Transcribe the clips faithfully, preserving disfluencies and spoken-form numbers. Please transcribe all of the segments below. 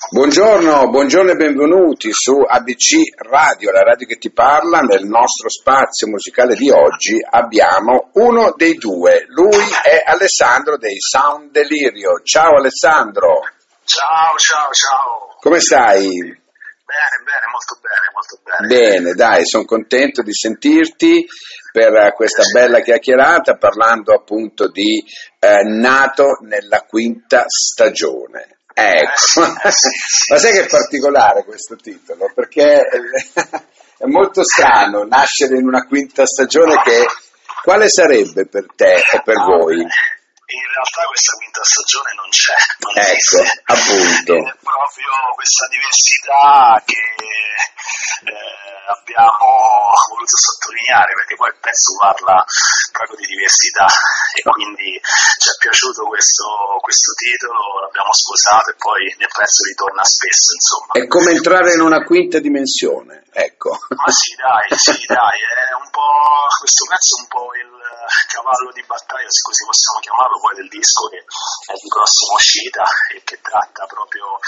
Buongiorno, buongiorno e benvenuti su A B C Radio, la radio che ti parla. Nel nostro spazio musicale di oggi abbiamo uno dei due, lui è Alessandro dei Sound Delirio. Ciao Alessandro. Ciao, ciao, ciao. Come stai? Bene, bene, molto bene, molto bene. Bene, dai, sono contento di sentirti per questa bella chiacchierata parlando appunto di eh, Nato nella quinta stagione. Ecco, ma sai che è particolare questo titolo? Perché è molto strano nascere in una quinta stagione che quale sarebbe per te o per No, voi? In realtà questa quinta stagione non c'è, non Ecco, esiste. appunto. Ed è proprio questa diversità che eh, abbiamo voluto sottolineare, perché poi il pezzo parla proprio di diversità e quindi ci è piaciuto questo, questo titolo, l'abbiamo sposato e poi nel pezzo ritorna spesso, insomma. È come entrare in una quinta dimensione, ecco. Ma sì, dai, sì, dai, è un po', questo pezzo è un po' il cavallo di battaglia, se così possiamo chiamarlo, poi del disco che è di prossima uscita e che tratta proprio,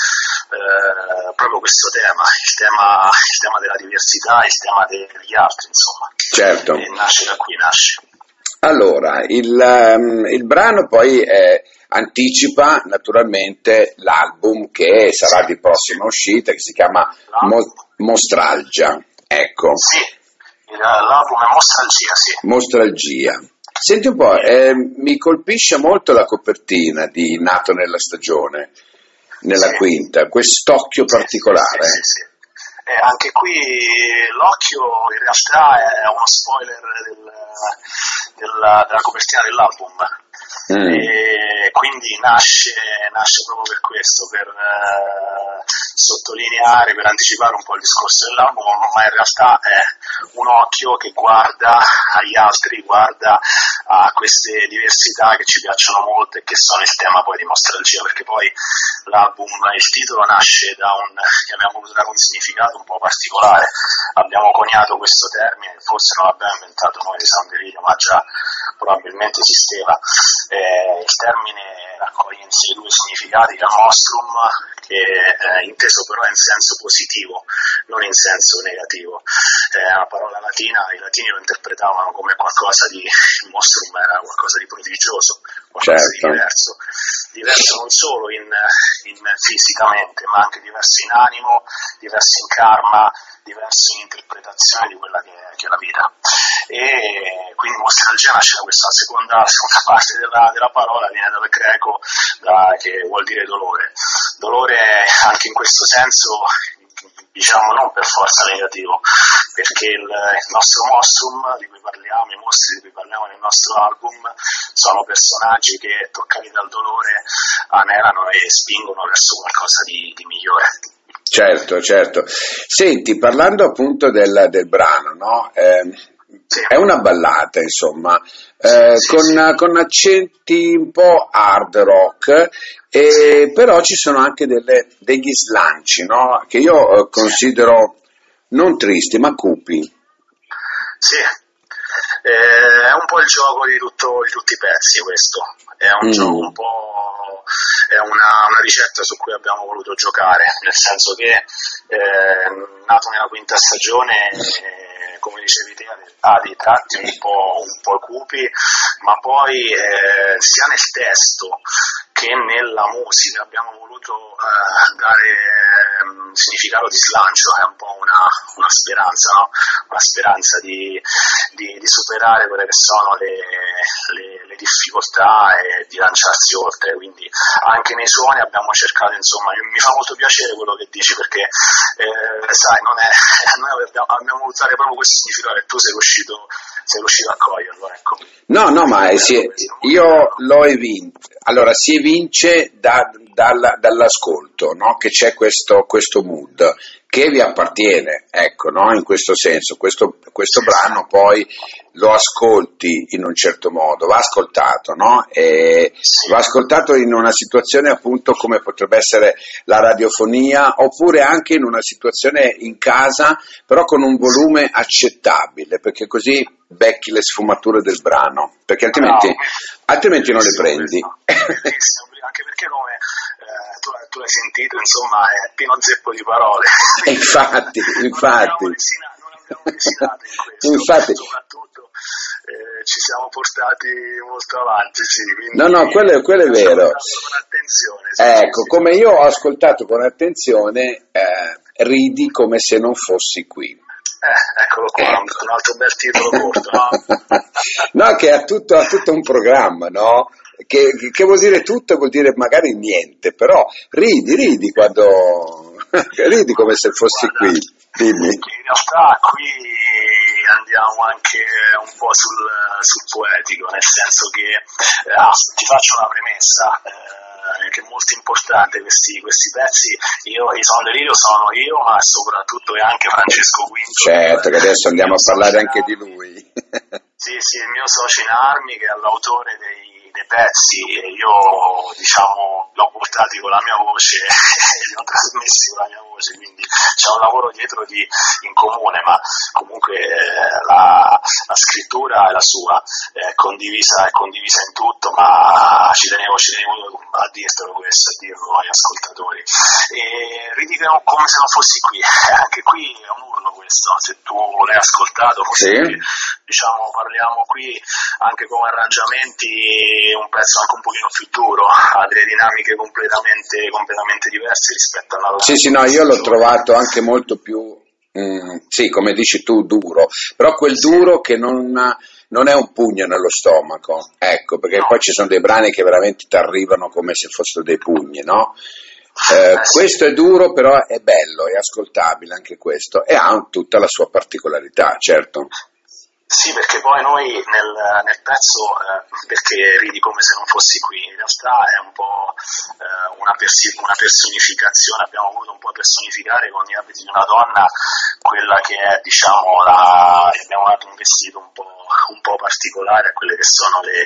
eh, proprio questo tema, il tema, il tema della diversità, il tema degli altri, insomma. Certo. E nasce da qui, nasce. Allora, il, um, il brano poi eh, anticipa naturalmente l'album che sarà di prossima uscita, che si chiama Mo- Mostralgia. Ecco. Sì, l'album è Mostralgia, sì. Mostralgia. Senti un po', eh, mi colpisce molto la copertina di Nato nella stagione, nella Sì. quinta, quest'occhio particolare. Sì, sì, sì, sì. Eh, anche qui l'occhio in realtà è uno spoiler del, della, della copertina dell'album. Mm. E quindi nasce, nasce proprio per questo, per eh, sottolineare, per anticipare un po' il discorso dell'album, ma in realtà è un occhio che guarda agli altri, guarda a queste diversità che ci piacciono molto e che sono il tema poi di Mostralgia, perché poi l'album, il titolo nasce da un, che abbiamo voluto dare un significato un po' particolare. Abbiamo coniato questo termine, forse non l'abbiamo inventato noi di Sound Delirio, ma già probabilmente esisteva. Eh, il termine raccoglie in sé due significati, che è nostrum, che è inteso però in senso positivo, non in senso negativo. È una parola latina, i latini lo interpretavano come qualcosa di, il nostrum era qualcosa di prodigioso, qualcosa Certo. di diverso, diverso non solo in, in fisicamente, ma anche diverso in animo, diverso in karma, diverso in interpretazione di quella che è, che è la vita. E quindi Mostralgia nasce da questa seconda, seconda parte della, della parola, viene dal greco, da, che vuol dire dolore. Dolore anche in questo senso, diciamo non per forza negativo, perché il, il nostro mostrum di cui parliamo, i mostri di cui parliamo nel nostro album, sono personaggi che toccati dal dolore anelano e spingono verso qualcosa di, di migliore. Certo, certo. Senti, parlando appunto del, del brano, no? Eh, Sì. È una ballata, insomma, eh, Sì, con, sì. con accenti un po' hard rock, e però ci sono anche delle, degli slanci, no? Che io eh, considero non tristi, ma cupi. Sì, eh, è un po' il gioco di, tutto, di tutti i pezzi questo, è un Mm. gioco un po', è una, una ricetta su cui abbiamo voluto giocare, nel senso che eh, nato nella quinta stagione, eh, come dicevi te, ha dei tratti un po', un po' cupi, ma poi eh, sia nel testo che nella musica abbiamo voluto eh, dare um, significato di slancio, è un po' una, una speranza, no? Una speranza di, di, di superare quelle che sono le, le, le difficoltà e di lanciarsi oltre, quindi anche nei suoni abbiamo cercato, insomma, mi fa molto piacere quello che dici, perché eh, sai, non è, noi abbiamo, abbiamo voluto dare proprio questo significato e tu sei riuscito, sei riuscito a coglierlo, ecco. No, no, ma si è- io l'ho evinto. Allora, si evince da- dal- dall'ascolto, no? Che c'è questo, questo mood che vi appartiene, ecco, no? In questo senso. Questo, questo brano poi lo ascolti in un certo modo, va ascoltato, no? E Sì. va ascoltato in una situazione appunto come potrebbe essere la radiofonia, oppure anche in una situazione in casa, però con un volume accettabile, perché così becchi le sfumature del brano, perché altrimenti, Bravo. altrimenti non le Bellissimo prendi. questo. Bellissimo, anche perché come eh, tu, tu l'hai sentito, insomma, è pieno zeppo di parole. Infatti, infatti. Non abbiamo lesina- non abbiamo lesinato in questo, Infatti. soprattutto eh, ci siamo portati molto avanti, sì, quindi No, no, quello, quello è vero. con attenzione. Sì, Ecco, sì, come sì. io ho ascoltato con attenzione, eh, ridi come se non fossi qui. Eh, eccolo qua, Ecco. un altro bel titolo corto, no? No, che ha tutto, ha tutto un programma, no? Che, che vuol dire tutto, vuol dire magari niente, però ridi, ridi quando ridi come se fossi Guarda, qui. Dimmi. in realtà qui andiamo anche un po' sul, sul poetico, nel senso che eh, ah, ti faccio una premessa eh, che è molto importante. Questi, questi pezzi, io i Son Delirio sono io, ma soprattutto è anche Francesco Quinto. Certo, che adesso andiamo a parlare anche di lui. lui. Sì, sì, il mio socio in armi, che è l'autore dei, dei pezzi, e io, diciamo, l'ho portati con la mia voce e li ho trasmessi con la mia voce, quindi c'è un lavoro dietro di, in comune, ma comunque eh, la, la scrittura è la sua, è condivisa, è condivisa in tutto, ma ci tenevo, ci tenevo a dirtelo questo, a dirlo agli ascoltatori. E ridico come se non fossi qui, anche qui è un urlo questo, se tu l'hai ascoltato, forse Sì. perché, diciamo, parliamo qui anche con arrangiamenti un pezzo anche un pochino più duro, ha delle dinamiche completamente, completamente diverse rispetto alla Sì, sì, no, io l'ho trovato anche molto più, mm, sì, come dici tu, duro, però quel duro che non, non è un pugno nello stomaco, ecco, perché No. poi ci sono dei brani che veramente ti arrivano come se fossero dei pugni, no? Eh, Eh, sì. questo è duro, però è bello, è ascoltabile anche questo, e ha tutta la sua particolarità, certo. Sì, perché poi noi nel, nel pezzo, eh, perché ridi come se non fossi qui, in realtà è un po' eh, una, persi- una personificazione, abbiamo voluto un po' personificare con gli abiti di una donna quella che è, diciamo, la, abbiamo dato un vestito un po', un po' particolare a quelle che sono le,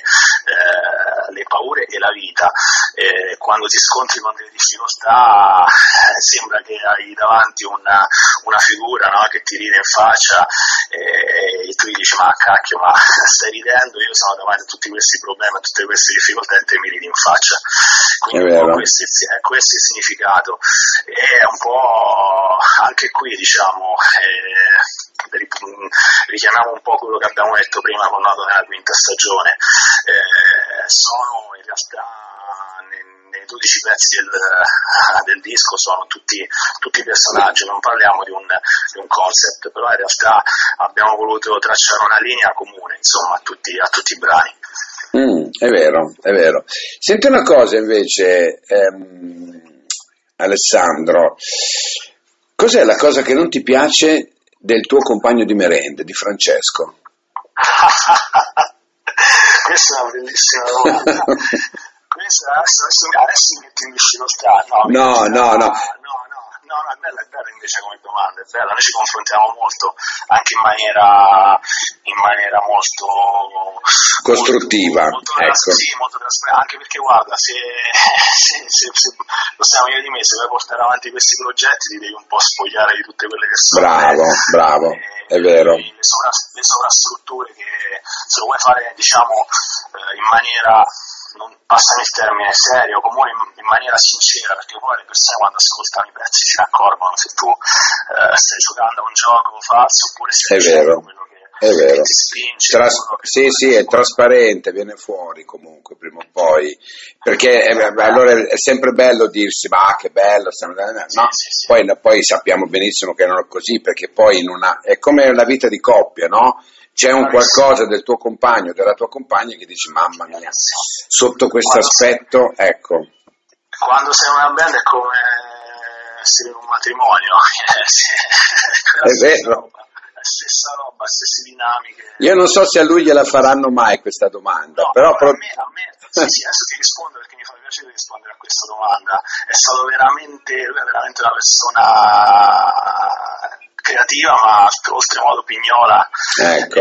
eh, le paure e la vita. Eh, quando ti scontri con delle difficoltà eh, sembra che hai davanti una, una figura, no, che ti ride in faccia eh, e tu gli dici ma cacchio, ma stai ridendo, io sono davanti a tutti questi problemi, a tutte queste difficoltà e te mi ridi in faccia. Quindi un po' questo, è, questo è il significato. E un po' anche qui, diciamo, eh, richiamiamo un po' quello che abbiamo detto prima con Nato nella quinta stagione. Eh, sono in realtà nei dodici pezzi del, del disco sono tutti, tutti personaggi, non parliamo di un, di un concept, però in realtà abbiamo voluto tracciare una linea comune, insomma, a tutti, a tutti i brani. Mm, è vero, è vero. Senti una cosa invece, ehm, Alessandro, cos'è la cosa che non ti piace del tuo compagno di merende, di Francesco? Questa è una bellissima domanda. Questo adesso, adesso, adesso mi metti in difficoltà. No, no, no, no. no, no, no, no, è bella, è bella invece come domanda, è bella, noi ci confrontiamo molto, anche in maniera, in maniera molto costruttiva, molto, molto ecco. Sì, molto trasparente, anche perché guarda, se, se, se, se lo stiamo io di me, se vuoi portare avanti questi progetti ti devi un po' spogliare di tutte quelle che sono bravo, le, bravo, le, è vero. Le, le, sovra, le sovrastrutture che se lo vuoi fare, diciamo, eh, in maniera, non passami il termine serio, comunque in, in maniera sincera, perché poi le persone quando ascoltano i pezzi si accorgono se tu eh, stai giocando a un gioco falso oppure stai dicendo quello che, è vero. che ti spinge. Tras- che sì, sì, è trasparente, viene fuori comunque prima o poi, perché eh, beh, allora è sempre bello dirsi ma che bello, stiamo... no, sì, sì, sì. Poi, poi sappiamo benissimo che non è così, perché poi in una... è come la vita di coppia, no? C'è un qualcosa del tuo compagno, della tua compagna che dici mamma mia, sotto questo aspetto, ecco. Quando sei una band è come essere in un matrimonio, è vero. Roba, la stessa roba, stesse dinamiche. Io non so se a lui gliela faranno mai questa domanda, no, però... Pro... a me, a me sì, sì, adesso ti rispondo perché mi fa piacere rispondere a questa domanda. È stato veramente, lui è veramente una persona creativa, ma oltremodo pignola, ecco. e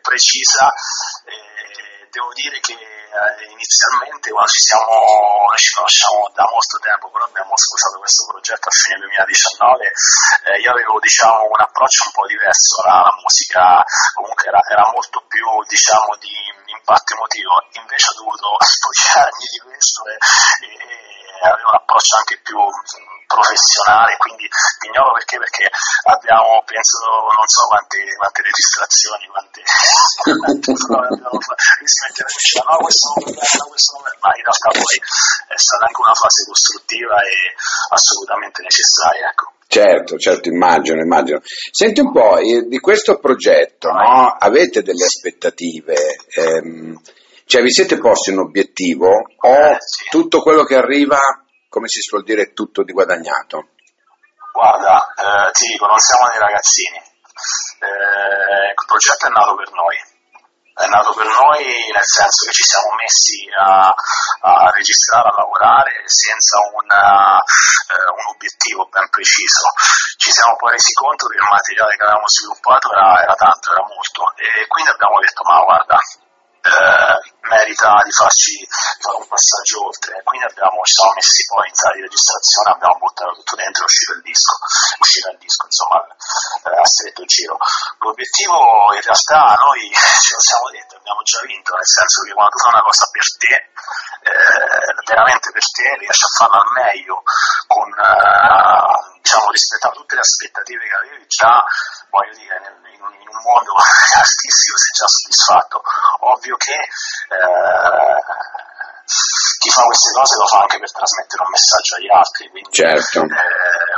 precisa. Eh, devo dire che eh, inizialmente quando ci siamo, noi ci conosciamo da molto tempo, però abbiamo sposato questo progetto a fine duemiladiciannove, eh, io avevo diciamo un approccio un po' diverso alla, alla musica, comunque era, era molto più diciamo di impatto emotivo, invece ho dovuto spogliarmi di questo e, e, e avevo un approccio anche più professionale, quindi ignoro perché, perché abbiamo, penso, non so quante, quante registrazioni, quante, quante prove abbiamo fatto, rispetto a diceva no, questo non è bello, questo non è, ma in realtà poi è stata anche una fase costruttiva e assolutamente necessaria, ecco. Certo, certo, immagino, immagino. Senti un po', eh, di questo progetto, no? Avete delle aspettative? Ehm, cioè vi siete posti un obiettivo o Eh, sì. tutto quello che arriva, come si suol dire, è tutto di guadagnato? Guarda, eh, ti dico, non siamo dei ragazzini, eh, il progetto è nato per noi, è nato per noi nel senso che ci siamo messi a, a registrare, a lavorare senza una, eh, un obiettivo ben preciso. Ci siamo poi resi conto che il materiale che avevamo sviluppato era, era tanto, era molto, e quindi abbiamo detto ma guarda, Eh, merita di farci fare un passaggio oltre, quindi abbiamo, ci siamo messi poi in sala di registrazione, abbiamo buttato tutto dentro e è uscito il disco, uscirà il disco insomma eh, a stretto giro. L'obiettivo in realtà noi ce lo siamo detti, abbiamo già vinto, nel senso che quando tu fai una cosa per te, eh, veramente per te, riesci a farla al meglio con eh, diciamo rispettando tutte le aspettative che avevi già, voglio dire, nel, in, in un mondo artistico sei già soddisfatto. Ovvio che eh, chi fa queste cose lo fa anche per trasmettere un messaggio agli altri, quindi Certo. eh,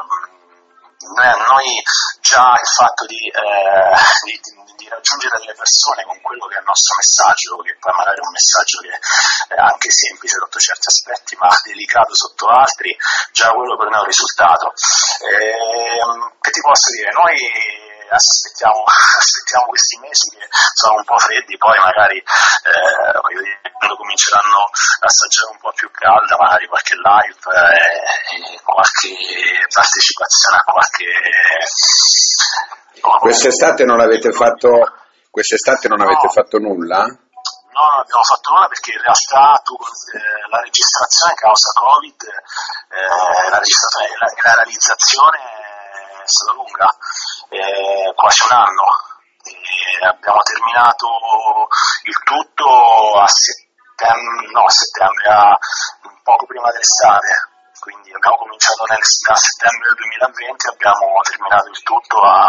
noi già il fatto di, eh, di, di raggiungere delle persone con quello che è il nostro messaggio, che poi magari è un messaggio che è anche semplice sotto certi aspetti ma delicato sotto altri, già quello per noi è un risultato. Eh, che ti posso dire, noi aspettiamo, aspettiamo questi mesi che sono un po' freddi, poi magari eh, voglio dire, quando cominceranno a assaggiare un po' più calda, magari qualche live eh, e qualche partecipazione a qualche... Quest'estate non avete fatto, quest'estate non avete no, fatto nulla? No, non abbiamo fatto nulla perché in realtà tu, eh, la registrazione causa Covid, eh, la, registrazione, la, la realizzazione è stata lunga, eh, quasi un anno. E abbiamo terminato il tutto a settembre, no, a settembre, a poco prima dell'estate. Quindi abbiamo cominciato nel, a settembre del duemilaventi e abbiamo terminato il tutto a,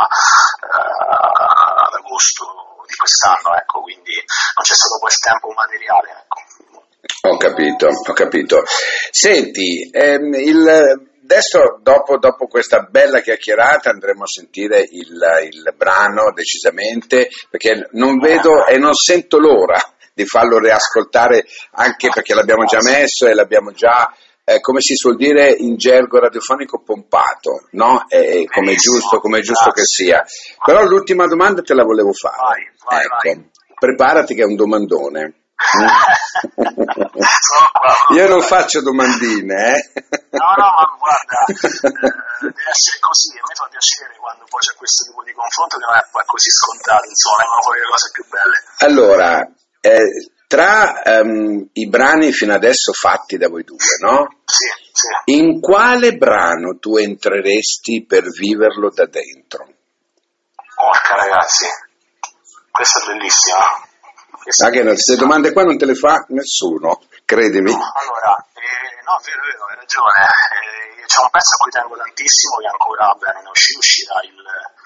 uh, ad agosto di quest'anno, ecco, quindi non c'è stato poi il tempo materiale, ecco. Ho capito, ho capito. Senti, ehm, il, adesso dopo, dopo questa bella chiacchierata andremo a sentire il, il brano decisamente, perché non vedo e non sento l'ora di farlo riascoltare, anche perché l'abbiamo già messo e l'abbiamo già... Eh, come si suol dire in gergo radiofonico, pompato, no? Eh, come è giusto, come è giusto che sia. Però l'ultima domanda te la volevo fare. Vai, vai, ecco, vai. Preparati che è un domandone. Sono qua, Io non faccio domandine, eh? No, no, ma guarda, eh, deve essere così, a me fa piacere quando poi c'è questo tipo di confronto che non è poi così scontato, insomma, vengono fuori le cose più belle. Allora, eh, tra um, i brani fino adesso fatti da voi due, no? Sì, sì. In quale brano tu entreresti per viverlo da dentro? Porca ragazzi, questa è bellissima. Questa Ah, che queste domande qua non te le fa nessuno, credimi. No, allora, eh, no, è vero, è vero, hai ragione. Eh, c'è un pezzo a cui tengo tantissimo che ancora, bene, ne uscì, uscirà il,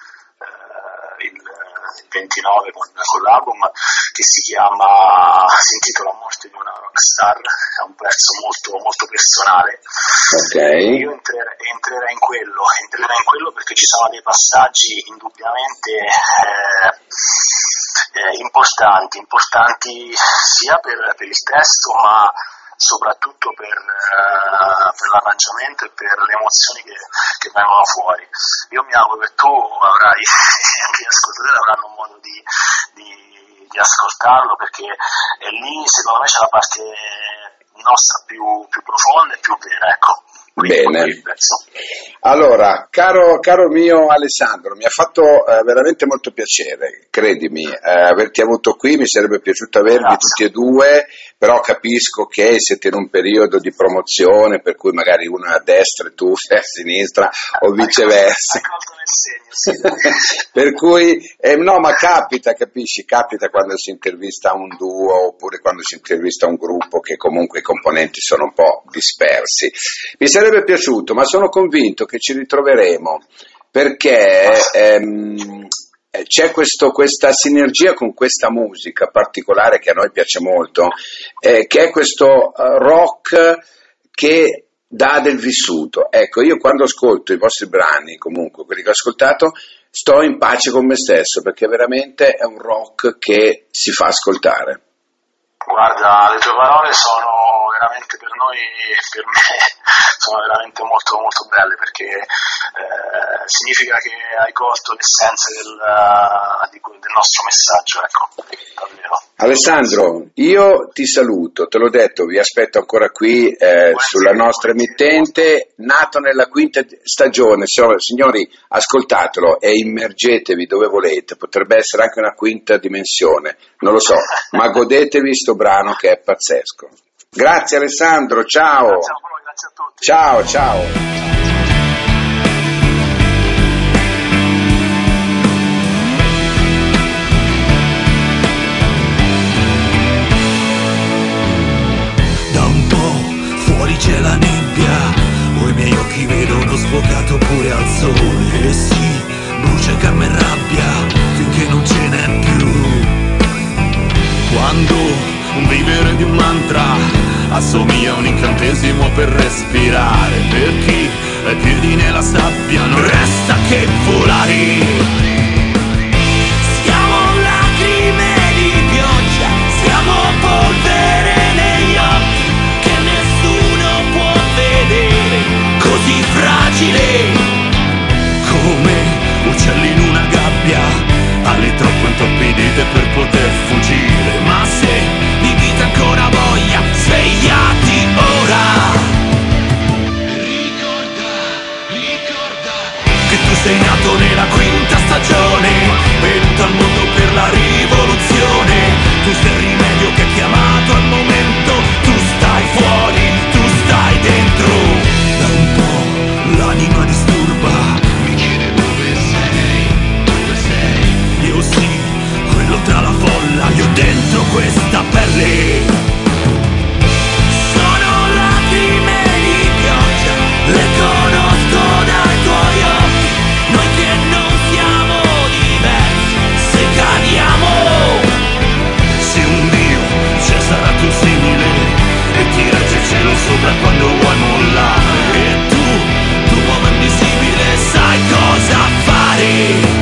eh, il, il ventinove con, con l'album, che si chiama, si intitola Morte di una rockstar, è un pezzo molto, molto personale. Ok. Io entrerei, entrerei in quello, entrerei in quello perché ci sono dei passaggi indubbiamente eh, eh, importanti, importanti sia per, per il testo, ma soprattutto per, uh, per l'arrangiamento e per le emozioni che, che vengono fuori. Io mi auguro che tu avrai, anche gli ascoltatori avranno un modo di, di, di ascoltarlo, perché è lì secondo me c'è la parte nostra più, più profonda e più vera, ecco. Bene. Allora, caro, caro mio Alessandro, mi ha fatto eh, veramente molto piacere, credimi, eh, averti avuto qui, mi sarebbe piaciuto avervi Grazie. tutti e due, però capisco che siete in un periodo di promozione, per cui magari uno è a destra e tu sei a sinistra, o viceversa. Hai colto nel segno, sì. Per cui, eh, no, ma capita, capisci, capita quando si intervista un duo, oppure quando si intervista un gruppo che comunque i componenti sono un po' dispersi. Mi sarebbe piaciuto, ma sono convinto che ci ritroveremo, perché ehm, c'è questo, questa sinergia con questa musica particolare che a noi piace molto, eh, che è questo uh, rock che dà del vissuto. Ecco, io quando ascolto i vostri brani, comunque quelli che ho ascoltato, sto in pace con me stesso, perché veramente è un rock che si fa ascoltare. Guarda, le tue parole sono veramente per noi e per me sono veramente molto molto belle, perché eh, significa che hai colto l'essenza del, di, del nostro messaggio, ecco, davvero. Alessandro, io ti saluto, te l'ho detto, vi aspetto ancora qui eh, sulla nostra emittente, nato nella quinta stagione. Signori, ascoltatelo e immergetevi dove volete, potrebbe essere anche una quinta dimensione, non lo so, ma godetevi sto brano che è pazzesco. Grazie Alessandro, ciao. Grazie a voi, grazie a tutti. Ciao, ciao. C'è la nebbia, o i miei occhi vedono sfocato pure al sole. E sì, brucia calma e rabbia finché non ce n'è più. Quando un vivere di un mantra assomiglia a un incantesimo per respirare, per chi ha i piedi nella sabbia non resta che volare. Siamo lacrime di pioggia, siamo polvere negli occhi che nessuno può vedere, così fragile come uccelli in una gabbia, alle troppo intorpidite per poter fuggire. Ma se di vita ancora voglia, svegliati ora. Ricorda, ricorda che tu sei nato nella quinta stagione, venuto al mondo per la rivoluzione. Tu sei il rimedio che è chiamato al momento. Tu stai fuori, tu stai dentro. Da un po' l'anima disturba, mi chiede dove sei, dove sei. Io sì, quello tra la folla, io dentro questa pelle. Sono lacrime di pioggia, le conosco dai tuoi occhi. Noi che non siamo diversi, se cadiamo, se un Dio c'è sarà tu simile e ti regge il cielo sopra quando vuoi mollare. E tu, tu uomo invisibile, sai cosa fare.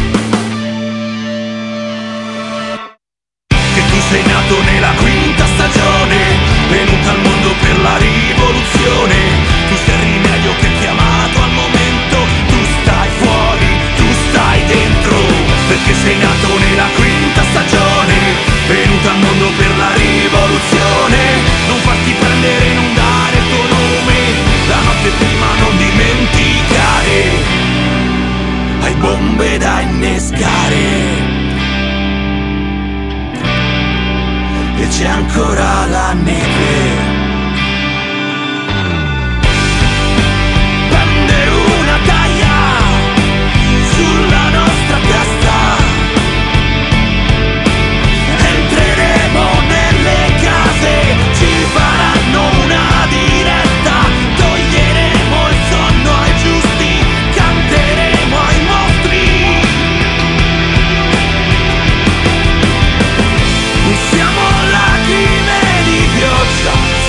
Che tu sei nato nella quinta stagione, venuto al mondo per la rivoluzione. Tu sei il rimedio che è chiamato al momento. Tu stai fuori, tu stai dentro, perché sei nato nella quinta stagione, venuto al mondo per la rivoluzione. Non farti prendere, non dare il tuo nome, la notte prima non dimenticare. Hai bombe da innescare e c'è ancora la neve. Prende una taglia sulla nostra testa, entreremo nelle case, ci faranno una diretta, toglieremo il sonno ai giusti, canteremo ai mostri. Siamo lacrime di pioggia,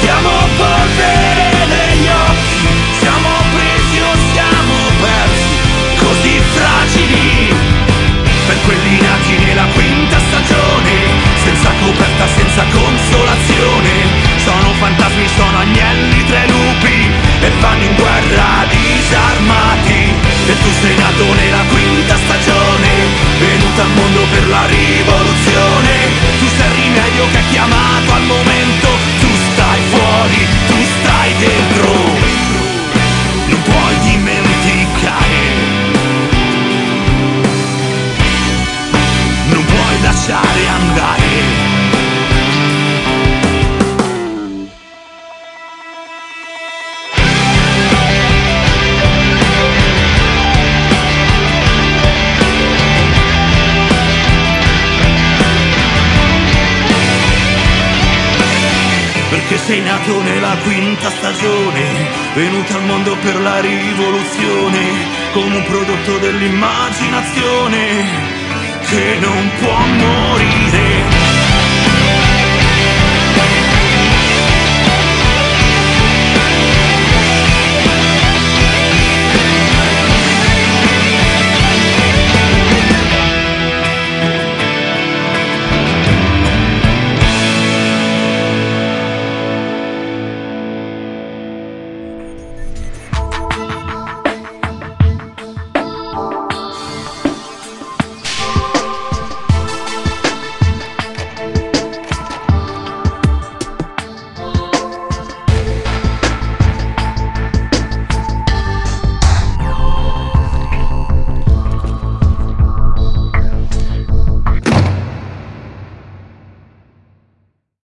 nato nella quinta stagione, venuto al mondo per la rivoluzione, come un prodotto dell'immaginazione che non può morire.